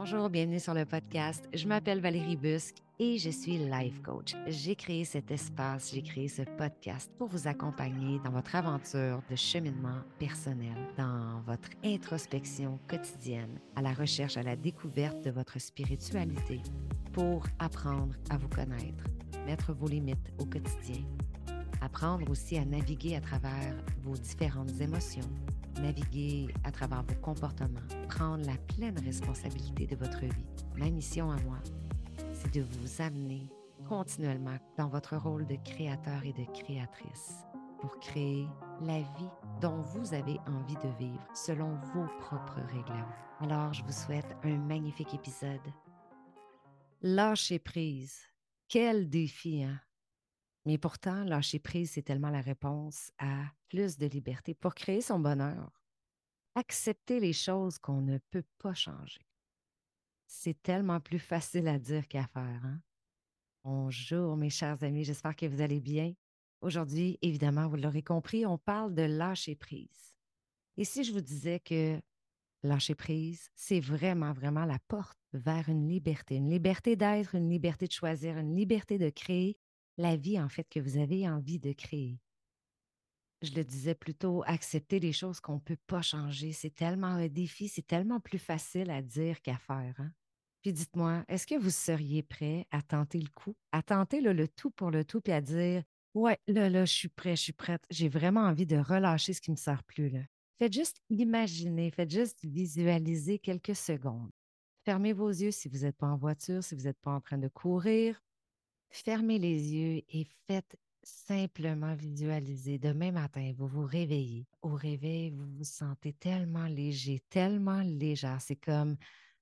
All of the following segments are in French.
Bonjour, bienvenue sur le podcast. Je m'appelle Valérie Busque et je suis life coach. J'ai créé cet espace, j'ai créé ce podcast pour vous accompagner dans votre aventure de cheminement personnel, dans votre introspection quotidienne, à la recherche, à la découverte de votre spiritualité, pour apprendre à vous connaître, mettre vos limites au quotidien, apprendre aussi à naviguer à travers vos différentes émotions, naviguer à travers vos comportements, prendre la pleine responsabilité de votre vie. Ma mission à moi, c'est de vous amener continuellement dans votre rôle de créateur et de créatrice pour créer la vie dont vous avez envie de vivre selon vos propres règles à vous. Alors, je vous souhaite un magnifique épisode. Lâcher prise. Quel défi, hein? Mais pourtant, lâcher prise, c'est tellement la réponse à plus de liberté pour créer son bonheur. Accepter les choses qu'on ne peut pas changer. C'est tellement plus facile à dire qu'à faire, hein? Bonjour, mes chers amis, j'espère que vous allez bien. Aujourd'hui, évidemment, vous l'aurez compris, on parle de lâcher prise. Et si je vous disais que lâcher prise, c'est vraiment, vraiment la porte vers une liberté d'être, une liberté de choisir, une liberté de créer la vie, en fait, que vous avez envie de créer. Je le disais plutôt, accepter les choses qu'on ne peut pas changer. C'est tellement un défi, c'est tellement plus facile à dire qu'à faire, hein? Puis dites-moi, est-ce que vous seriez prêt à tenter le coup, à tenter le tout pour le tout, puis à dire, ouais, là, je suis prêt, je suis prête, j'ai vraiment envie de relâcher ce qui ne me sert plus, là. Faites juste imaginer, faites juste visualiser quelques secondes. Fermez vos yeux si vous n'êtes pas en voiture, si vous n'êtes pas en train de courir. Fermez les yeux et faites simplement visualiser. Demain matin, vous vous réveillez. Au réveil, vous vous sentez tellement léger, tellement légère. C'est comme,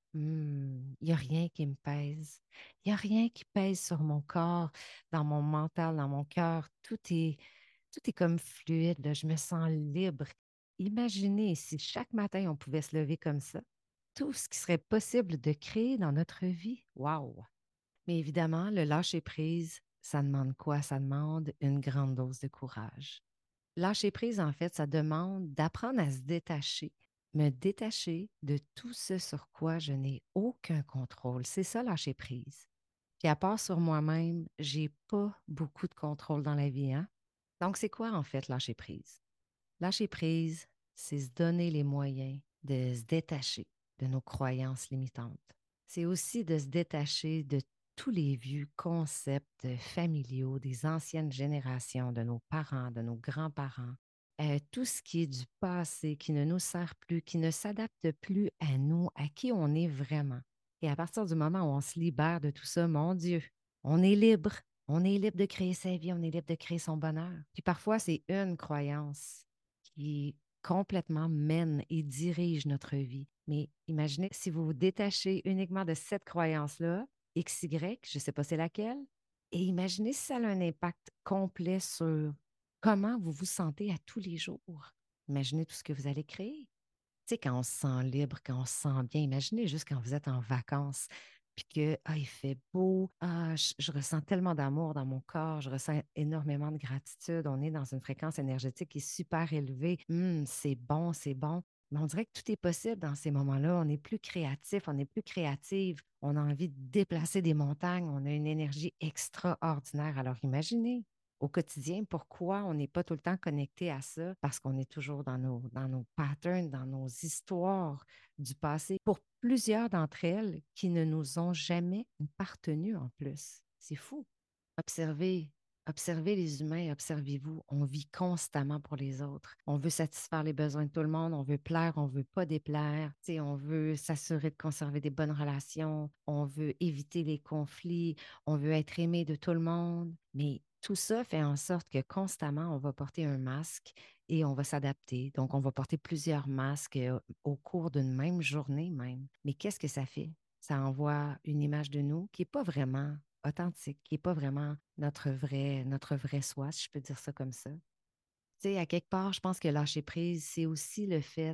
il n'y a rien qui me pèse. Il n'y a rien qui pèse sur mon corps, dans mon mental, dans mon cœur. Tout est comme fluide, là. Je me sens libre. Imaginez si chaque matin, on pouvait se lever comme ça. Tout ce qui serait possible de créer dans notre vie. Waouh! Mais évidemment, le lâcher-prise, ça demande quoi? Ça demande une grande dose de courage. Lâcher-prise, en fait, ça demande d'apprendre à se détacher, me détacher de tout ce sur quoi je n'ai aucun contrôle. C'est ça, lâcher-prise. Puis à part sur moi-même, j'ai pas beaucoup de contrôle dans la vie, hein? Donc, c'est quoi, en fait, lâcher-prise? Lâcher-prise, c'est se donner les moyens de se détacher de nos croyances limitantes. C'est aussi de se détacher de tous les vieux concepts familiaux des anciennes générations, de nos parents, de nos grands-parents, tout ce qui est du passé, qui ne nous sert plus, qui ne s'adapte plus à nous, à qui on est vraiment. Et à partir du moment où on se libère de tout ça, mon Dieu, on est libre. On est libre de créer sa vie, on est libre de créer son bonheur. Puis parfois, c'est une croyance qui complètement mène et dirige notre vie. Mais imaginez si vous vous détachez uniquement de cette croyance-là, XY, je ne sais pas c'est laquelle, et imaginez si ça a un impact complet sur comment vous vous sentez à tous les jours. Imaginez tout ce que vous allez créer. Tu sais, quand on se sent libre, quand on se sent bien, imaginez juste quand vous êtes en vacances, puis que, il fait beau, je ressens tellement d'amour dans mon corps, je ressens énormément de gratitude, on est dans une fréquence énergétique qui est super élevée. C'est bon, c'est bon. Mais on dirait que tout est possible dans ces moments-là. On est plus créatif, on est plus créative, on a envie de déplacer des montagnes, on a une énergie extraordinaire. Alors imaginez au quotidien, pourquoi on n'est pas tout le temps connecté à ça? Parce qu'on est toujours dans nos patterns, dans nos histoires du passé. Pour plusieurs d'entre elles qui ne nous ont jamais appartenu en plus. C'est fou. Observez, observez les humains, observez-vous. On vit constamment pour les autres. On veut satisfaire les besoins de tout le monde, on veut plaire, on veut pas déplaire. Tu sais, on veut s'assurer de conserver des bonnes relations, on veut éviter les conflits, on veut être aimé de tout le monde. Mais tout ça fait en sorte que constamment, on va porter un masque et on va s'adapter. Donc, on va porter plusieurs masques au cours d'une même journée même. Mais qu'est-ce que ça fait? Ça envoie une image de nous qui n'est pas vraiment authentique, qui n'est pas vraiment notre vrai soi, si je peux dire ça comme ça. Tu sais, à quelque part, je pense que lâcher prise, c'est aussi le fait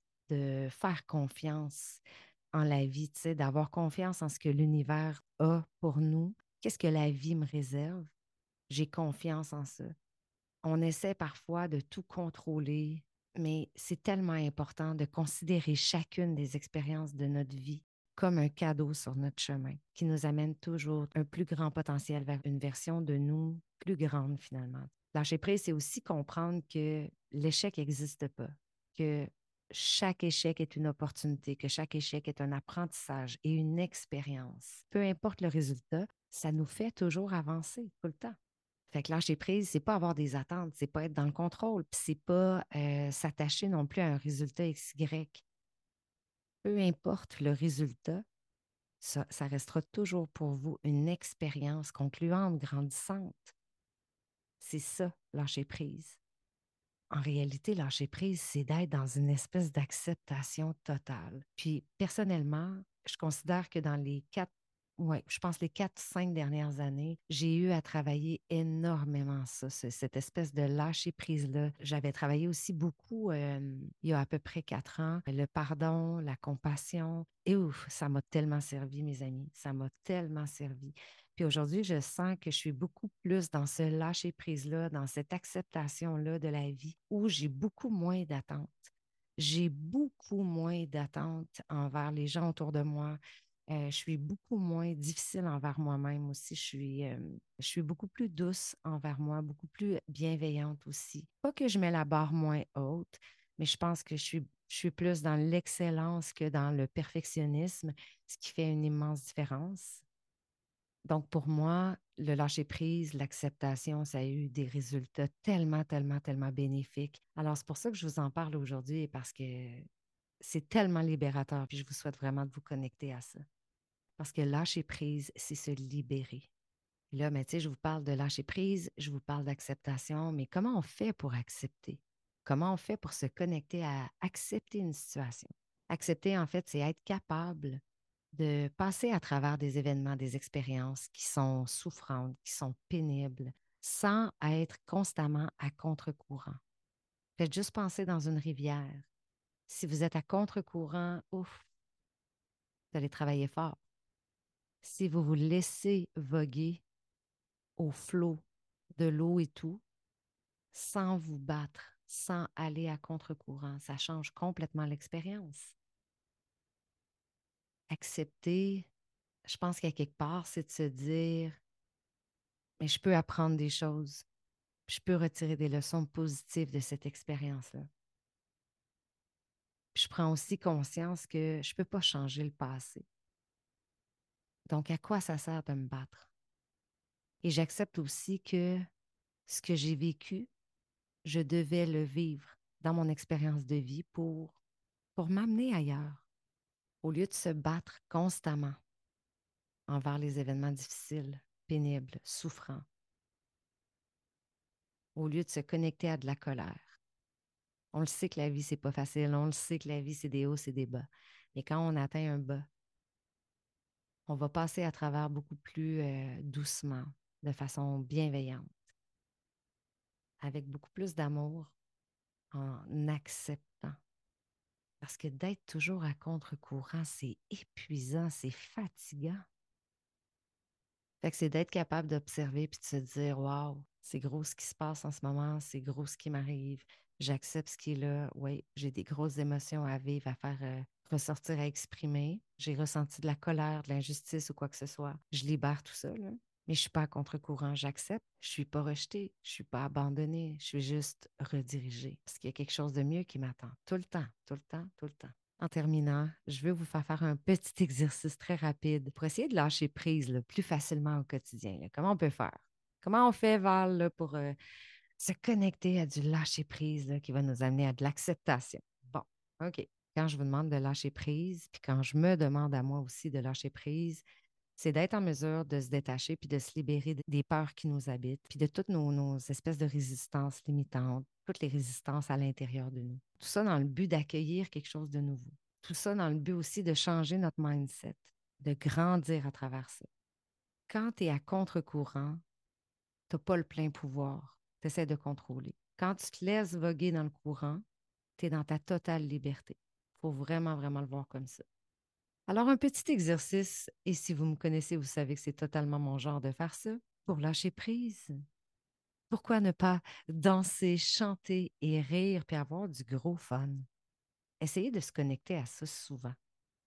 de faire confiance en la vie, tu sais, d'avoir confiance en ce que l'univers a pour nous. Qu'est-ce que la vie me réserve? J'ai confiance en ça. On essaie parfois de tout contrôler, mais c'est tellement important de considérer chacune des expériences de notre vie comme un cadeau sur notre chemin qui nous amène toujours un plus grand potentiel vers une version de nous plus grande finalement. Lâcher prise, c'est aussi comprendre que l'échec n'existe pas, que chaque échec est une opportunité, que chaque échec est un apprentissage et une expérience. Peu importe le résultat, ça nous fait toujours avancer tout le temps. Fait que lâcher prise, c'est pas avoir des attentes, c'est pas être dans le contrôle, puis c'est pas s'attacher non plus à un résultat XY. Peu importe le résultat, ça restera toujours pour vous une expérience concluante, grandissante. C'est ça, lâcher prise. En réalité, lâcher prise, c'est d'être dans une espèce d'acceptation totale. Puis, personnellement, je considère que dans les je pense les 4, 5 dernières années, j'ai eu à travailler énormément ça, cette espèce de lâcher prise-là. J'avais travaillé aussi beaucoup, il y a à peu près 4 ans, le pardon, la compassion. Et ouf, ça m'a tellement servi, mes amis. Ça m'a tellement servi. Puis aujourd'hui, je sens que je suis beaucoup plus dans ce lâcher-prise-là, dans cette acceptation-là de la vie où j'ai beaucoup moins d'attentes. J'ai beaucoup moins d'attentes envers les gens autour de moi. Je suis beaucoup moins difficile envers moi-même aussi. Je suis beaucoup plus douce envers moi, beaucoup plus bienveillante aussi. Pas que je mets la barre moins haute, mais je pense que je suis plus dans l'excellence que dans le perfectionnisme, ce qui fait une immense différence. Donc, pour moi, le lâcher-prise, l'acceptation, ça a eu des résultats tellement, tellement, tellement bénéfiques. Alors, c'est pour ça que je vous en parle aujourd'hui, parce que c'est tellement libérateur, puis je vous souhaite vraiment de vous connecter à ça. Parce que lâcher-prise, c'est se libérer. Là, mais tu sais, je vous parle de lâcher-prise, je vous parle d'acceptation, mais comment on fait pour accepter? Comment on fait pour se connecter à accepter une situation? Accepter, en fait, c'est être capable de passer à travers des événements, des expériences qui sont souffrantes, qui sont pénibles, sans être constamment à contre-courant. Faites juste penser dans une rivière. Si vous êtes à contre-courant, ouf, vous allez travailler fort. Si vous vous laissez voguer au flot de l'eau et tout, sans vous battre, sans aller à contre-courant, ça change complètement l'expérience. Accepter, je pense qu'à quelque part, c'est de se dire, mais je peux apprendre des choses. Je peux retirer des leçons positives de cette expérience-là. Je prends aussi conscience que je ne peux pas changer le passé. Donc, à quoi ça sert de me battre? Et j'accepte aussi que ce que j'ai vécu, je devais le vivre dans mon expérience de vie pour m'amener ailleurs, au lieu de se battre constamment envers les événements difficiles, pénibles, souffrants, au lieu de se connecter à de la colère. On le sait que la vie, c'est pas facile. On le sait que la vie, c'est des hauts, c'est des bas. Mais quand on atteint un bas, on va passer à travers beaucoup plus doucement, de façon bienveillante, avec beaucoup plus d'amour, en acceptant. Parce que d'être toujours à contre-courant, c'est épuisant, c'est fatigant. Fait que c'est d'être capable d'observer puis de se dire, waouh, c'est gros ce qui se passe en ce moment, c'est gros ce qui m'arrive. J'accepte ce qui est là. Oui, j'ai des grosses émotions à vivre, à faire ressortir, à exprimer. J'ai ressenti de la colère, de l'injustice ou quoi que ce soit. Je libère tout ça, là. Mais je ne suis pas à contre-courant. J'accepte. Je ne suis pas rejetée. Je ne suis pas abandonnée. Je suis juste redirigée. Parce qu'il y a quelque chose de mieux qui m'attend. Tout le temps, tout le temps, tout le temps. En terminant, je veux vous faire un petit exercice très rapide pour essayer de lâcher prise là, plus facilement au quotidien. Là. Comment on peut faire? Comment on fait, Val, là, pour se connecter à du lâcher prise là, qui va nous amener à de l'acceptation? Bon, OK. Quand je vous demande de lâcher prise, puis quand je me demande à moi aussi de lâcher prise, c'est d'être en mesure de se détacher puis de se libérer des peurs qui nous habitent, puis de toutes nos espèces de résistances limitantes, toutes les résistances à l'intérieur de nous. Tout ça dans le but d'accueillir quelque chose de nouveau. Tout ça dans le but aussi de changer notre mindset, de grandir à travers ça. Quand tu es à contre-courant, tu n'as pas le plein pouvoir. Tu essaies de contrôler. Quand tu te laisses voguer dans le courant, tu es dans ta totale liberté. Il faut vraiment, vraiment le voir comme ça. Alors, un petit exercice, et si vous me connaissez, vous savez que c'est totalement mon genre de faire ça, pour lâcher prise. Pourquoi ne pas danser, chanter et rire puis avoir du gros fun? Essayez de se connecter à ça souvent.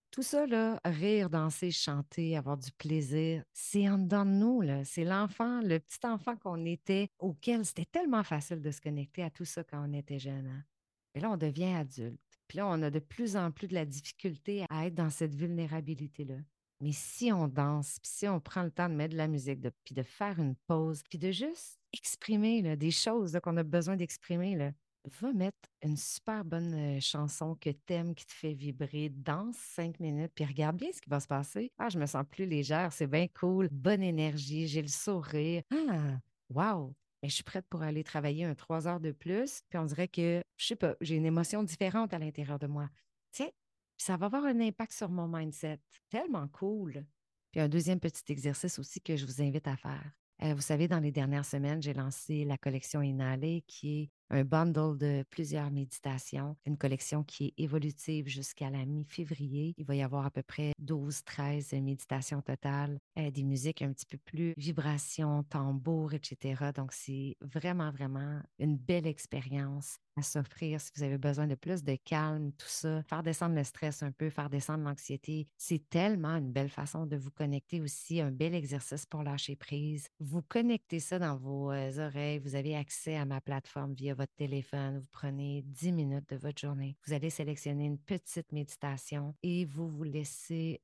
Tout ça, là, rire, danser, chanter, avoir du plaisir, c'est en dedans de nous, là. C'est l'enfant, le petit enfant qu'on était, auquel c'était tellement facile de se connecter à tout ça quand on était jeune, hein. Et là, on devient adulte. Puis là, on a de plus en plus de la difficulté à être dans cette vulnérabilité-là. Mais si on danse, puis si on prend le temps de mettre de la musique, puis de faire une pause, puis de juste exprimer là, des choses là, qu'on a besoin d'exprimer, là, va mettre une super bonne chanson que t'aimes, qui te fait vibrer, danse 5 minutes, puis regarde bien ce qui va se passer. Ah, je me sens plus légère, c'est bien cool, bonne énergie, j'ai le sourire. Ah, wow! Mais je suis prête pour aller travailler 3 heures de plus, puis on dirait que, je sais pas, j'ai une émotion différente à l'intérieur de moi. Tiens, ça va avoir un impact sur mon mindset. Tellement cool. Puis un deuxième petit exercice aussi que je vous invite à faire. Vous savez, dans les dernières semaines, j'ai lancé la collection Inhalé, qui est un bundle de plusieurs méditations, une collection qui est évolutive jusqu'à la mi-février. Il va y avoir à peu près 12, 13 méditations totales, des musiques un petit peu plus vibrations, tambours, etc. Donc, c'est vraiment, vraiment une belle expérience à s'offrir si vous avez besoin de plus de calme, tout ça, faire descendre le stress un peu, faire descendre l'anxiété. C'est tellement une belle façon de vous connecter aussi, un bel exercice pour lâcher prise. Vous connectez ça dans vos oreilles, vous avez accès à ma plateforme via votre téléphone, vous prenez 10 minutes de votre journée, vous allez sélectionner une petite méditation et vous vous laissez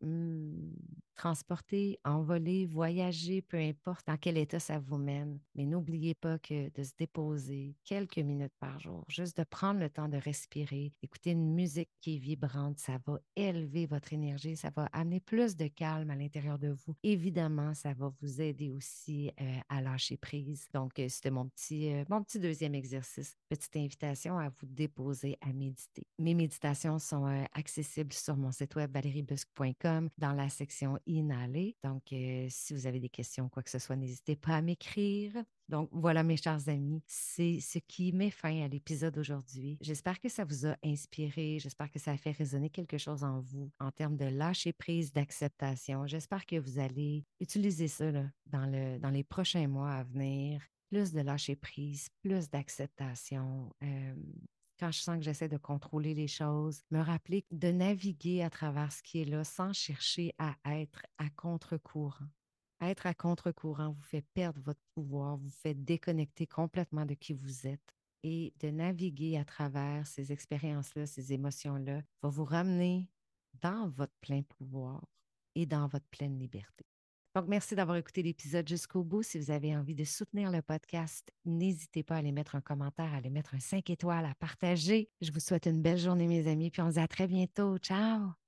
transporter, envoler, voyager, peu importe dans quel état ça vous mène. Mais n'oubliez pas que de se déposer quelques minutes par jour, juste de prendre le temps de respirer, écouter une musique qui est vibrante, ça va élever votre énergie, ça va amener plus de calme à l'intérieur de vous. Évidemment, ça va vous aider aussi à lâcher prise. Donc, c'était mon petit deuxième exercice. Petite invitation à vous déposer à méditer. Mes méditations sont accessibles sur mon site web valeriebusque.com dans la section Inhaler. Donc, si vous avez des questions, quoi que ce soit, n'hésitez pas à m'écrire. Donc, voilà, mes chers amis, c'est ce qui met fin à l'épisode d'aujourd'hui. J'espère que ça vous a inspiré. J'espère que ça a fait résonner quelque chose en vous en termes de lâcher prise, d'acceptation. J'espère que vous allez utiliser ça là, dans les prochains mois à venir. Plus de lâcher prise, plus d'acceptation. Quand je sens que j'essaie de contrôler les choses, me rappeler de naviguer à travers ce qui est là sans chercher à être à contre-courant. Être à contre-courant vous fait perdre votre pouvoir, vous fait déconnecter complètement de qui vous êtes. Et de naviguer à travers ces expériences-là, ces émotions-là, va vous ramener dans votre plein pouvoir et dans votre pleine liberté. Donc, merci d'avoir écouté l'épisode jusqu'au bout. Si vous avez envie de soutenir le podcast, n'hésitez pas à aller mettre un commentaire, à aller mettre un 5 étoiles, à partager. Je vous souhaite une belle journée, mes amis, puis on se dit à très bientôt. Ciao!